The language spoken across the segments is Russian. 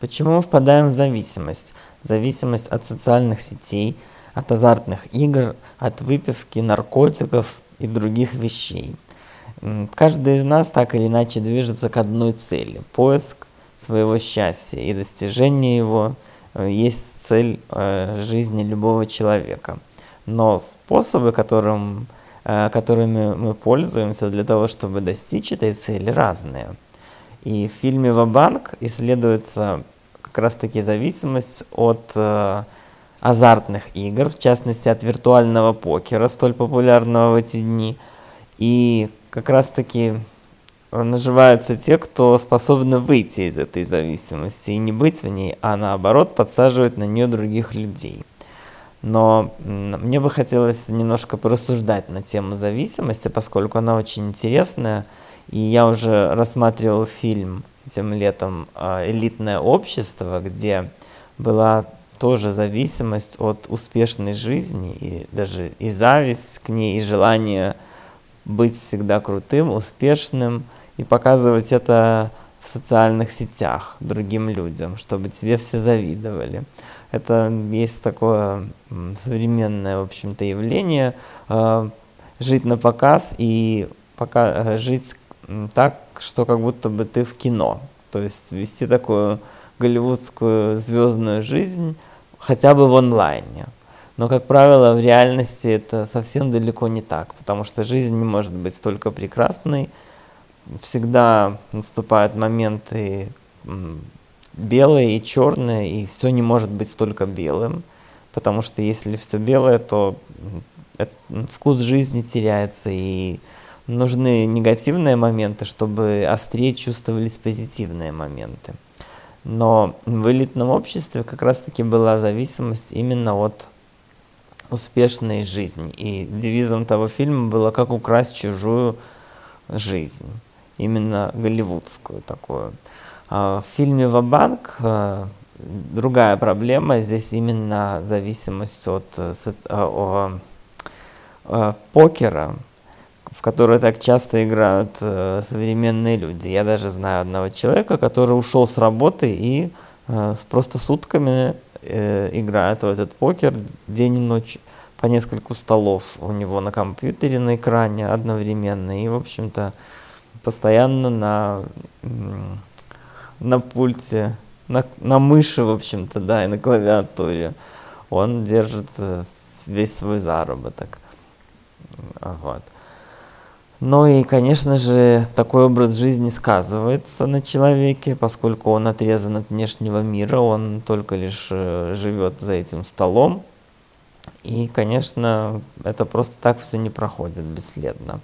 Почему мы впадаем в зависимость? Зависимость от социальных сетей, от азартных игр, от выпивки, наркотиков и других вещей. Каждый из нас так или иначе движется к одной цели – поиск своего счастья и достижение его есть цель жизни любого человека. Но способы, которыми мы пользуемся для того, чтобы достичь этой цели, разные. И в фильме «Ва-банк» исследуется как раз-таки зависимость от азартных игр, в частности от виртуального покера, столь популярного в эти дни. И как раз-таки наживаются те, кто способны выйти из этой зависимости и не быть в ней, а наоборот подсаживать на нее других людей. Но мне бы хотелось немножко порассуждать на тему зависимости, поскольку она очень интересная. И я уже рассматривал фильм этим летом «Элитное общество», где была тоже зависимость от успешной жизни, и даже и зависть к ней, и желание быть всегда крутым, успешным, и показывать это в социальных сетях другим людям, чтобы тебе все завидовали. Это есть такое современное, в общем-то, явление, жить на показ и жить так, что как будто бы ты в кино. То есть вести такую голливудскую звездную жизнь хотя бы в онлайне. Но, как правило, в реальности это совсем далеко не так, потому что жизнь не может быть столько прекрасной. Всегда наступают моменты белые и черные, и все не может быть столько белым, потому что если все белое, то вкус жизни теряется, и нужны негативные моменты, чтобы острее чувствовались позитивные моменты. Но в элитном обществе как раз-таки была зависимость именно от успешной жизни. И девизом того фильма было «Как украсть чужую жизнь», именно голливудскую такую. В фильме «Ва-банк» другая проблема, здесь именно зависимость от покера, в который так часто играют современные люди. Я даже знаю одного человека, который ушел с работы и просто сутками играет в этот покер день и ночь, по нескольку столов у него на компьютере, на экране одновременно. И, в общем-то, постоянно на пульте, на мыши, в общем-то, да, и на клавиатуре он держит весь свой заработок. Вот. Ну и, конечно же, такой образ жизни сказывается на человеке, поскольку он отрезан от внешнего мира, он только лишь живет за этим столом. И, конечно, это просто так все не проходит бесследно.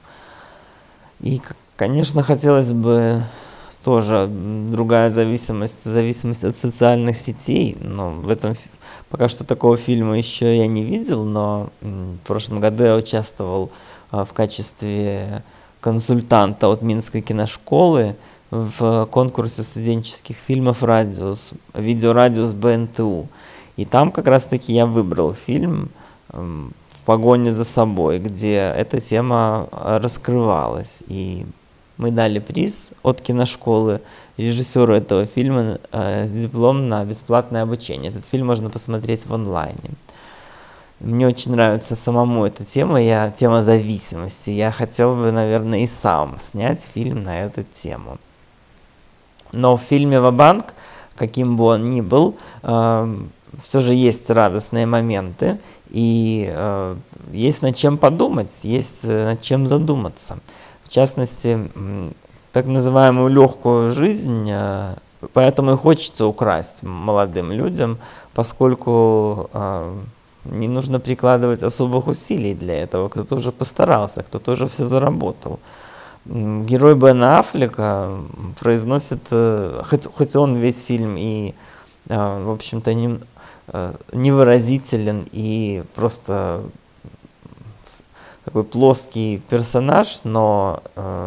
И, конечно, хотелось бы тоже другая зависимость от социальных сетей. Но в этом пока что такого фильма еще я не видел, но в прошлом году я участвовал в качестве консультанта от Минской киношколы в конкурсе студенческих фильмов «Радиус», видеорадиус БНТУ. И там как раз-таки я выбрал фильм «В погоне за собой», где эта тема раскрывалась. И мы дали приз от киношколы режиссеру этого фильма диплом на бесплатное обучение. Этот фильм можно посмотреть в онлайне. Мне очень нравится самому эта тема, тема зависимости. Я хотел бы, наверное, и сам снять фильм на эту тему. Но в фильме «Ва-банк», каким бы он ни был, все же есть радостные моменты, и есть над чем подумать, есть над чем задуматься. В частности, так называемую легкую жизнь, поэтому и хочется украсть молодым людям, поскольку не нужно прикладывать особых усилий для этого, кто-то уже постарался, кто-то уже все заработал. Герой Бена Аффлека произносит, хоть он весь фильм и, в общем-то, невыразителен и просто такой плоский персонаж, но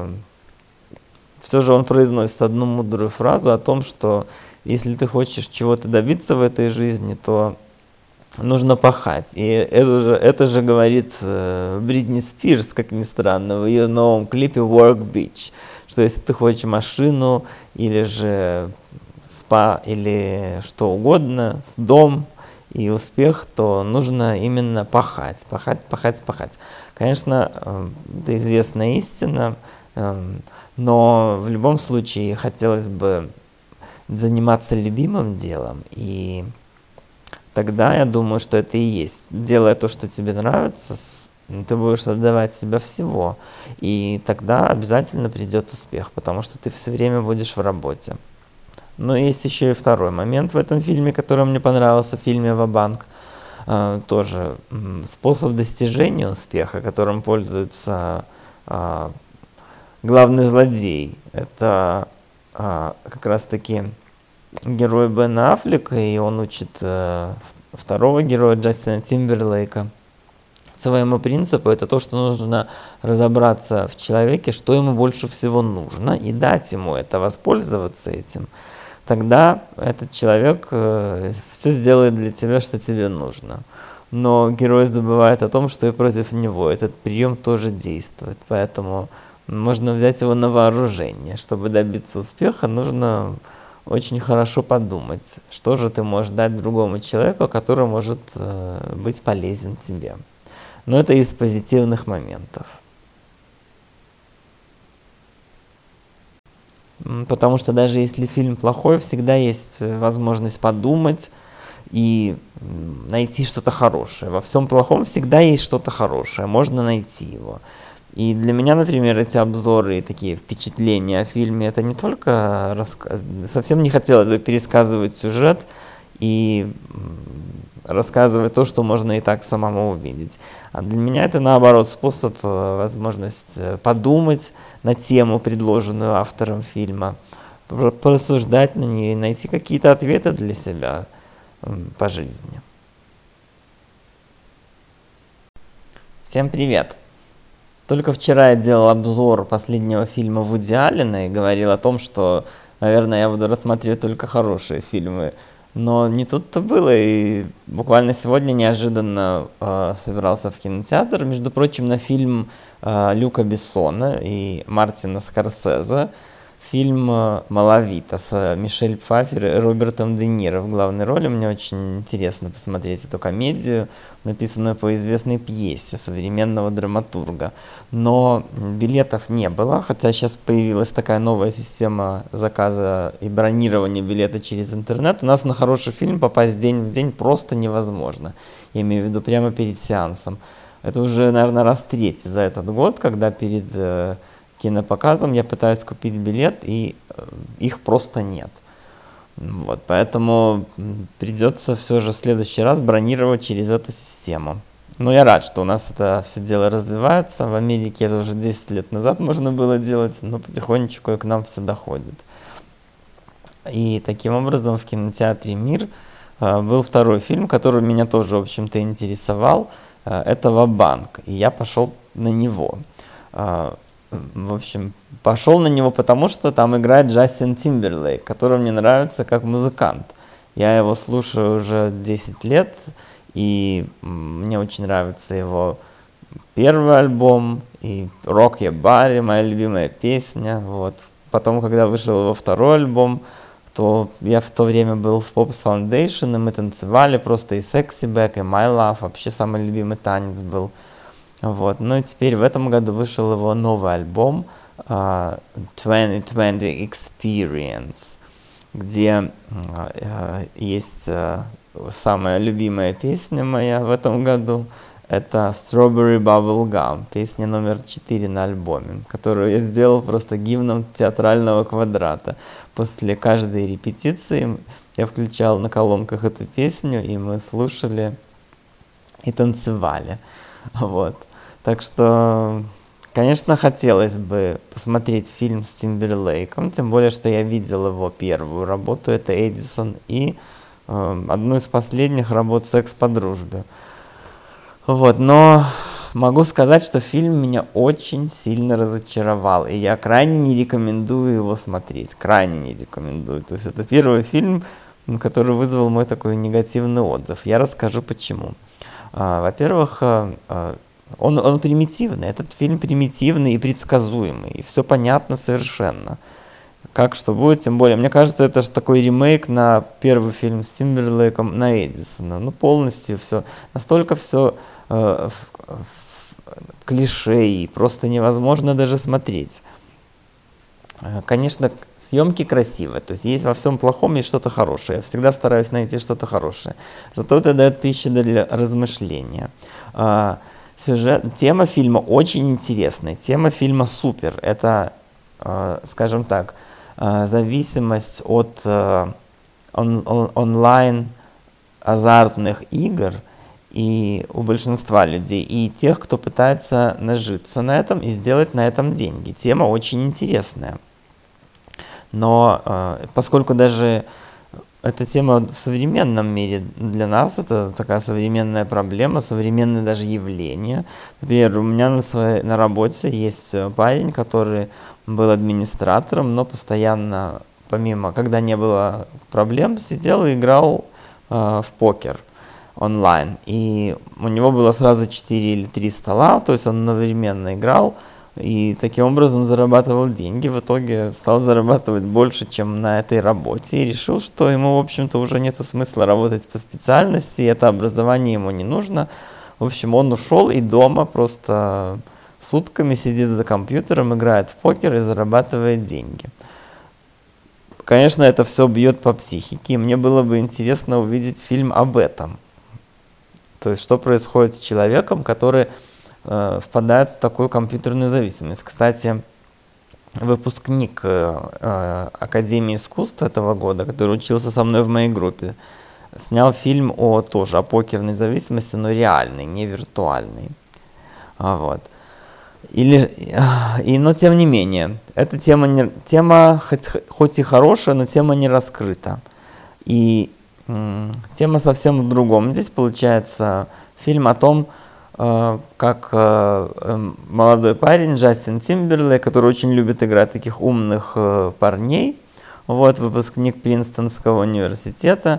все же он произносит одну мудрую фразу о том, что если ты хочешь чего-то добиться в этой жизни, то нужно пахать. И это же говорит Бритни Спирс, как ни странно, в ее новом клипе «Work Bitch», что если ты хочешь машину или же спа или что угодно, дом и успех, то нужно именно пахать, пахать, пахать, пахать. Конечно, это известная истина, но в любом случае хотелось бы заниматься любимым делом, и тогда я думаю, что это и есть. Делая то, что тебе нравится, ты будешь отдавать себя всего, и тогда обязательно придет успех, потому что ты все время будешь в работе. Но есть еще и второй момент в этом фильме, который мне понравился, в фильме «Ва-банк». Тоже способ достижения успеха, которым пользуется главный злодей. Это как раз-таки герой Бена Аффлека, и он учит второго героя Джастина Тимберлейка своему принципу. Это то, что нужно разобраться в человеке, что ему больше всего нужно, и дать ему это, воспользоваться этим. Тогда этот человек все сделает для тебя, что тебе нужно. Но герой забывает о том, что и против него этот прием тоже действует. Поэтому можно взять его на вооружение. Чтобы добиться успеха, нужно очень хорошо подумать, что же ты можешь дать другому человеку, который может быть полезен тебе. Но это из позитивных моментов. Потому что даже если фильм плохой, всегда есть возможность подумать и найти что-то хорошее. Во всем плохом всегда есть что-то хорошее, можно найти его. И для меня, например, эти обзоры и такие впечатления о фильме, это не только совсем не хотелось бы пересказывать сюжет и рассказывать то, что можно и так самому увидеть. А для меня это, наоборот, способ, возможность подумать на тему, предложенную автором фильма, порассуждать на нее и найти какие-то ответы для себя по жизни. Всем привет! Только вчера я делал обзор последнего фильма Вуди Аллена и говорил о том, что, наверное, я буду рассматривать только хорошие фильмы. Но не тут-то было, и буквально сегодня неожиданно собирался в кинотеатр, между прочим, на фильм Люка Бессона и Мартина Скорсезе, фильм «Малавита» с Мишель Пфайффер и Робертом Де Ниро в главной роли. Мне очень интересно посмотреть эту комедию, написанную по известной пьесе современного драматурга. Но билетов не было, хотя сейчас появилась такая новая система заказа и бронирования билета через интернет. У нас на хороший фильм попасть день в день просто невозможно. Я имею в виду прямо перед сеансом. Это уже, наверное, раз третий за этот год, когда перед кинопоказом я пытаюсь купить билет, и их просто нет. Вот, поэтому придется все же в следующий раз бронировать через эту систему. Но я рад, что у нас это все дело развивается. В Америке это уже 10 лет назад можно было делать, но потихонечку и к нам все доходит. И таким образом в кинотеатре «Мир» был второй фильм, который меня тоже, в общем-то, интересовал. Это «Ва-банк», и я пошел на него. В общем, пошел на него, потому что там играет Джастин Тимберлейк, который мне нравится как музыкант. Я его слушаю уже 10 лет, и мне очень нравится его первый альбом, и «Rock Your Body», моя любимая песня. Вот. Потом, когда вышел его второй альбом, то я в то время был в Pops Foundation, и мы танцевали просто и Sexy Back, и My Love, вообще самый любимый танец был. Вот. Ну и теперь в этом году вышел его новый альбом 2020 Experience, где есть самая любимая песня моя в этом году. Это Strawberry Bubble Gum, песня номер 4 на альбоме, которую я сделал просто гимном театрального квадрата. После каждой репетиции я включал на колонках эту песню, и мы слушали и танцевали. Вот. Так что, конечно, хотелось бы посмотреть фильм с Тимберлейком, тем более, что я видел его первую работу, это «Эдисон», и одну из последних работ «Секс по дружбе». Вот, но могу сказать, что фильм меня очень сильно разочаровал, и я крайне не рекомендую его смотреть, крайне не рекомендую. То есть это первый фильм, который вызвал мой такой негативный отзыв. Я расскажу почему. Во-первых, он примитивный, этот фильм примитивный и предсказуемый, и все понятно совершенно. как что будет, тем более, мне кажется, это же такой ремейк на первый фильм с Тимберлейком на Эдисона. Ну, полностью все, настолько все клише, и просто невозможно даже смотреть. Конечно, съемки красивые, то есть есть во всем плохом есть что-то хорошее. Я всегда стараюсь найти что-то хорошее. Зато это дает пищу для размышления. Тема фильма очень интересная, тема фильма супер. Это, скажем так, зависимость от онлайн азартных игр и у большинства людей, и тех, кто пытается нажиться на этом и сделать на этом деньги. Тема очень интересная. Но поскольку даже эта тема в современном мире для нас, это такая современная проблема, современное даже явление. Например, у меня на работе есть парень, который был администратором, но постоянно, помимо, когда не было проблем, сидел и играл в покер онлайн. И у него было сразу 4 или 3 стола, то есть он одновременно играл, и таким образом зарабатывал деньги. В итоге стал зарабатывать больше, чем на этой работе, и решил, что ему, в общем-то, уже нет смысла работать по специальности, это образование ему не нужно. В общем, он ушел и дома просто сутками сидит за компьютером, играет в покер и зарабатывает деньги. Конечно, это все бьет по психике, и мне было бы интересно увидеть фильм об этом. То есть, что происходит с человеком, который впадает в такую компьютерную зависимость. Кстати, выпускник Академии искусств этого года, который учился со мной в моей группе, снял фильм тоже о покерной зависимости, но реальный, не виртуальный. Вот. Но тем не менее, эта тема хоть и хорошая, но тема не раскрыта. И тема совсем в другом. Здесь получается фильм о том, как молодой парень Джастин Тимберлейк, который очень любит играть таких умных парней, вот, выпускник Принстонского университета,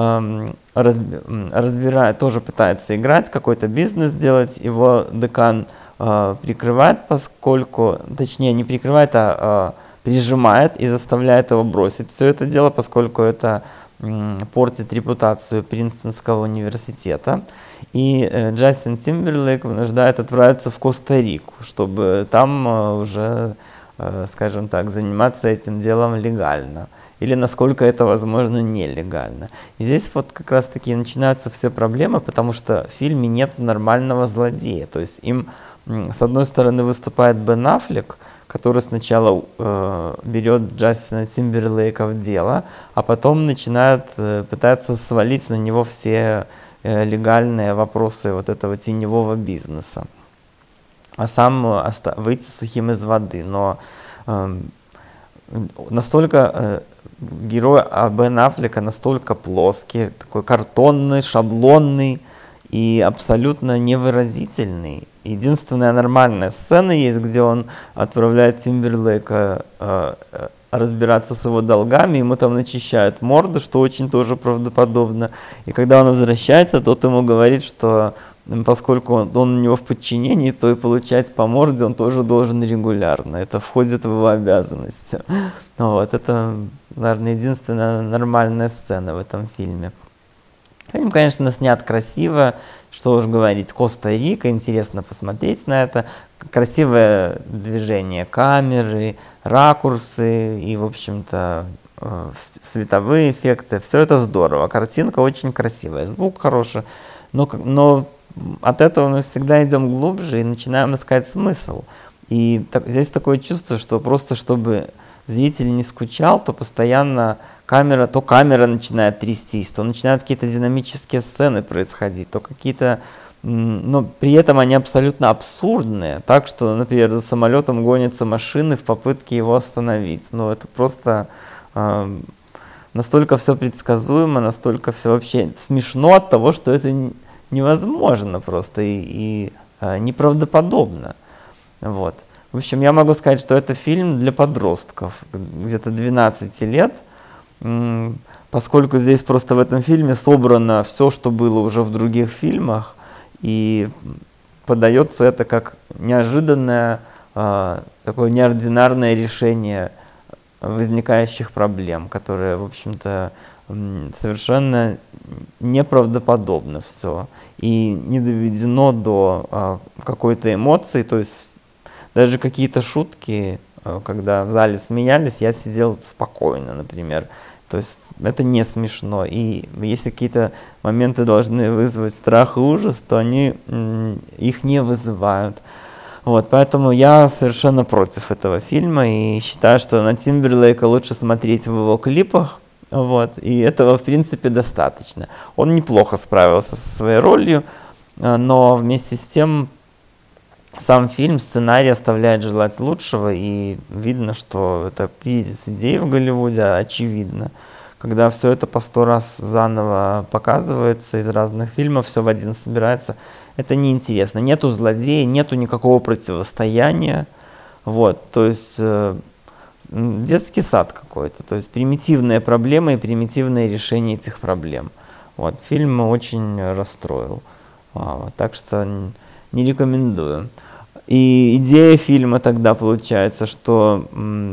разбирает, тоже пытается играть, какой-то бизнес делать, его декан прикрывает, точнее не прикрывает, а прижимает и заставляет его бросить все это дело, поскольку это портит репутацию Принстонского университета. И Джастин Тимберлейк вынуждает отправиться в Коста-Рику, чтобы там уже, скажем так, заниматься этим делом легально. Или насколько это возможно нелегально. И здесь вот как раз таки начинаются все проблемы, потому что в фильме нет нормального злодея. То есть им, с одной стороны, выступает Бен Аффлек, который сначала берет Джастина Тимберлейка в дело, а потом пытается свалить на него все легальные вопросы вот этого теневого бизнеса, а сам выйти сухим из воды. Но настолько герой Бен Аффлека настолько плоский, такой картонный, шаблонный и абсолютно невыразительный. Единственная нормальная сцена есть, где он отправляет Тимберлейка разбираться с его долгами, ему там начищают морду, что очень тоже правдоподобно. И когда он возвращается, тот ему говорит, что поскольку он у него в подчинении, то и получать по морде он тоже должен регулярно. Это входит в его обязанности. Вот, это, наверное, единственная нормальная сцена в этом фильме. Фильм, конечно, снят красиво, что уж говорить, Коста-Рика, интересно посмотреть на это. Красивое движение камеры, ракурсы и, в общем-то, световые эффекты. Все это здорово. Картинка очень красивая, звук хороший. Но от этого мы всегда идем глубже и начинаем искать смысл. И здесь такое чувство, что просто чтобы зритель не скучал, то постоянно камера начинает трястись, то начинают какие-то динамические сцены происходить, то какие-то, но при этом они абсолютно абсурдные, так что, например, за самолетом гонятся машины в попытке его остановить. Но это просто настолько все предсказуемо, настолько все вообще смешно от того, что это невозможно просто и неправдоподобно. Вот. В общем, я могу сказать, что это фильм для подростков, где-то 12 лет, поскольку здесь просто в этом фильме собрано все, что было уже в других фильмах, и подается это как неожиданное, такое неординарное решение возникающих проблем, которые, в общем-то, совершенно неправдоподобно все и не доведено до какой-то эмоции, то есть даже какие-то шутки, когда в зале смеялись, я сидел спокойно, например. То есть это не смешно. И если какие-то моменты должны вызвать страх и ужас, то они их не вызывают. Вот, поэтому я совершенно против этого фильма и считаю, что на Тимберлейка лучше смотреть в его клипах. Вот, и этого, в принципе, достаточно. Он неплохо справился со своей ролью, но вместе с тем сам фильм, сценарий оставляет желать лучшего, и видно, что это кризис идей в Голливуде, очевидно. Когда все это по 100 раз заново показывается из разных фильмов, все в один собирается, это неинтересно. Нету злодея, нету никакого противостояния. Вот, то есть детский сад какой-то, то есть примитивные проблемы и примитивное решение этих проблем. Вот, фильм очень расстроил. Вот, так что не рекомендую. И идея фильма тогда получается, что,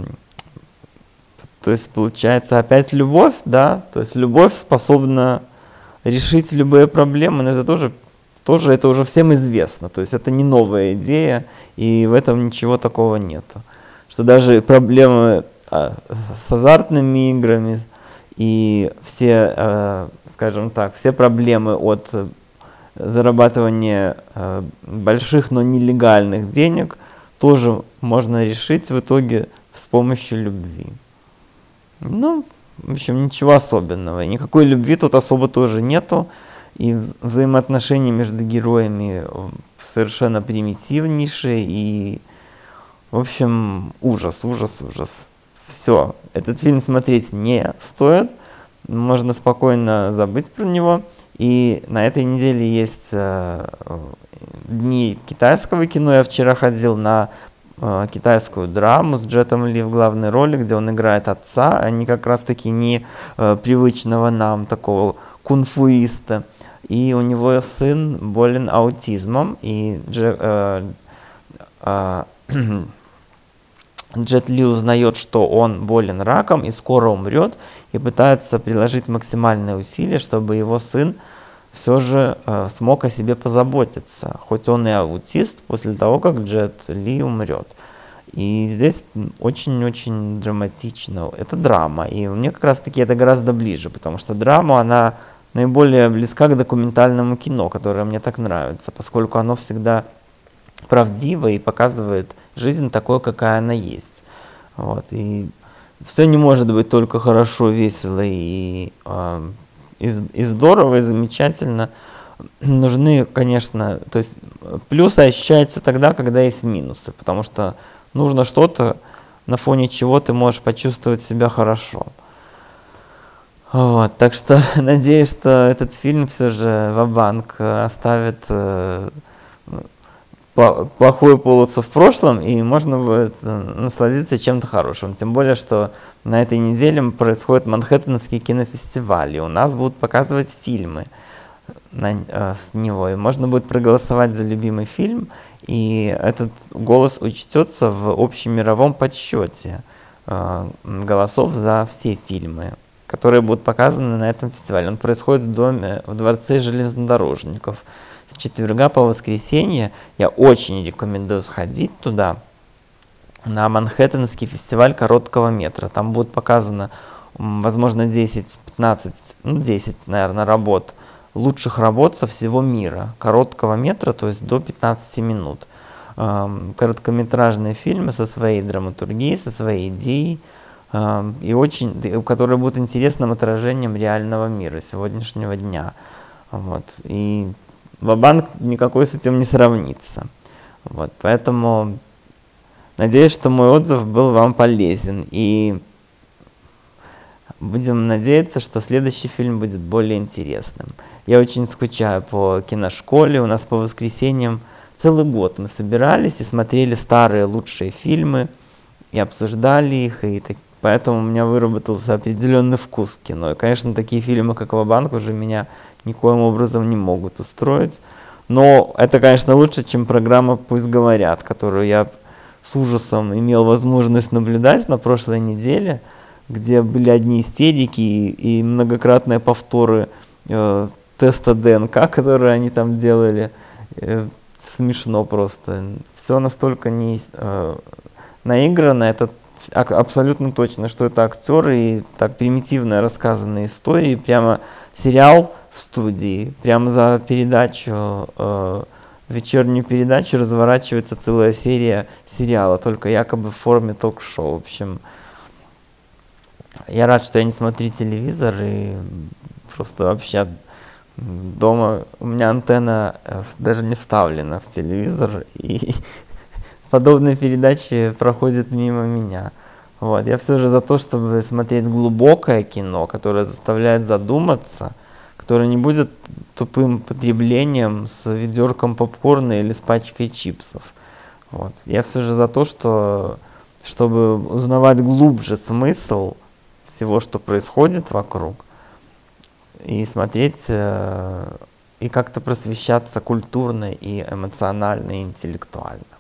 то есть получается опять любовь, да, то есть любовь способна решить любые проблемы, но это тоже это уже всем известно, то есть это не новая идея, и в этом ничего такого нету. Что даже проблемы с азартными играми и все, скажем так, все проблемы от зарабатывания больших, но нелегальных денег тоже можно решить в итоге с помощью любви. Ну, в общем, ничего особенного. Никакой любви тут особо тоже нету. И взаимоотношения между героями совершенно примитивнейшие. И, в общем, ужас. Все. Этот фильм смотреть не стоит. Можно спокойно забыть про него. И на этой неделе есть дни китайского кино. Я вчера ходил на китайскую драму с Джетом Ли в главной роли, где он играет отца, а не как раз-таки не привычного нам такого кунфуиста. И у него сын болен аутизмом, и Джет Ли узнает, что он болен раком и скоро умрет, и пытается приложить максимальные усилия, чтобы его сын все же смог о себе позаботиться, хоть он и аутист, после того, как Джет Ли умрет. И здесь очень-очень драматично. Это драма, и мне как раз-таки это гораздо ближе, потому что драма, она наиболее близка к документальному кино, которое мне так нравится, поскольку оно всегда правдиво и показывает жизнь такой, какая она есть. Вот. И все не может быть только хорошо, весело и здорово, и замечательно. Нужны, конечно, то есть плюсы ощущаются тогда, когда есть минусы, потому что нужно что-то, на фоне чего ты можешь почувствовать себя хорошо. Вот, так что надеюсь, что этот фильм все же ва-банк оставит плохое полоцо в прошлом, и можно будет насладиться чем-то хорошим. Тем более, что на этой неделе происходит Манхэттенский кинофестиваль, и у нас будут показывать фильмы с него, и можно будет проголосовать за любимый фильм, и этот голос учтется в общемировом подсчете голосов за все фильмы, которые будут показаны на этом фестивале. Он происходит в Дворце железнодорожников. С четверга по воскресенье. Я очень рекомендую сходить туда, на Манхэттенский фестиваль короткого метра. Там будет показано, возможно, 10-15, 10, наверное, работ, лучших работ со всего мира. Короткого метра, то есть до 15 минут. Короткометражные фильмы со своей драматургией, со своей идеей, и которые будут интересным отражением реального мира сегодняшнего дня. Вот. И ва-банк никакой с этим не сравнится. Вот, поэтому надеюсь, что мой отзыв был вам полезен. И будем надеяться, что следующий фильм будет более интересным. Я очень скучаю по киношколе. У нас по воскресеньям целый год мы собирались и смотрели старые лучшие фильмы, и обсуждали их, и поэтому у меня выработался определенный вкус в кино. И, конечно, такие фильмы, как ва-банк, уже меня никоим образом не могут устроить. Но это, конечно, лучше, чем программа «Пусть говорят», которую я с ужасом имел возможность наблюдать на прошлой неделе, где были одни истерики и многократные повторы теста ДНК, которые они там делали. Смешно просто. Все настолько наиграно, это абсолютно точно, что это актеры и так примитивно рассказанные истории. Прямо сериал в студии, прямо за передачу, вечернюю передачу разворачивается целая серия сериала, только якобы в форме ток-шоу. В общем, я рад, что я не смотрю телевизор, и просто вообще дома у меня антенна даже не вставлена в телевизор, и подобные передачи проходят мимо меня. Вот. Я все же за то, чтобы смотреть глубокое кино, которое заставляет задуматься, которое не будет тупым потреблением с ведерком попкорна или с пачкой чипсов. Вот. Я все же за то, чтобы узнавать глубже смысл всего, что происходит вокруг, и смотреть, и как-то просвещаться культурно и эмоционально, и интеллектуально.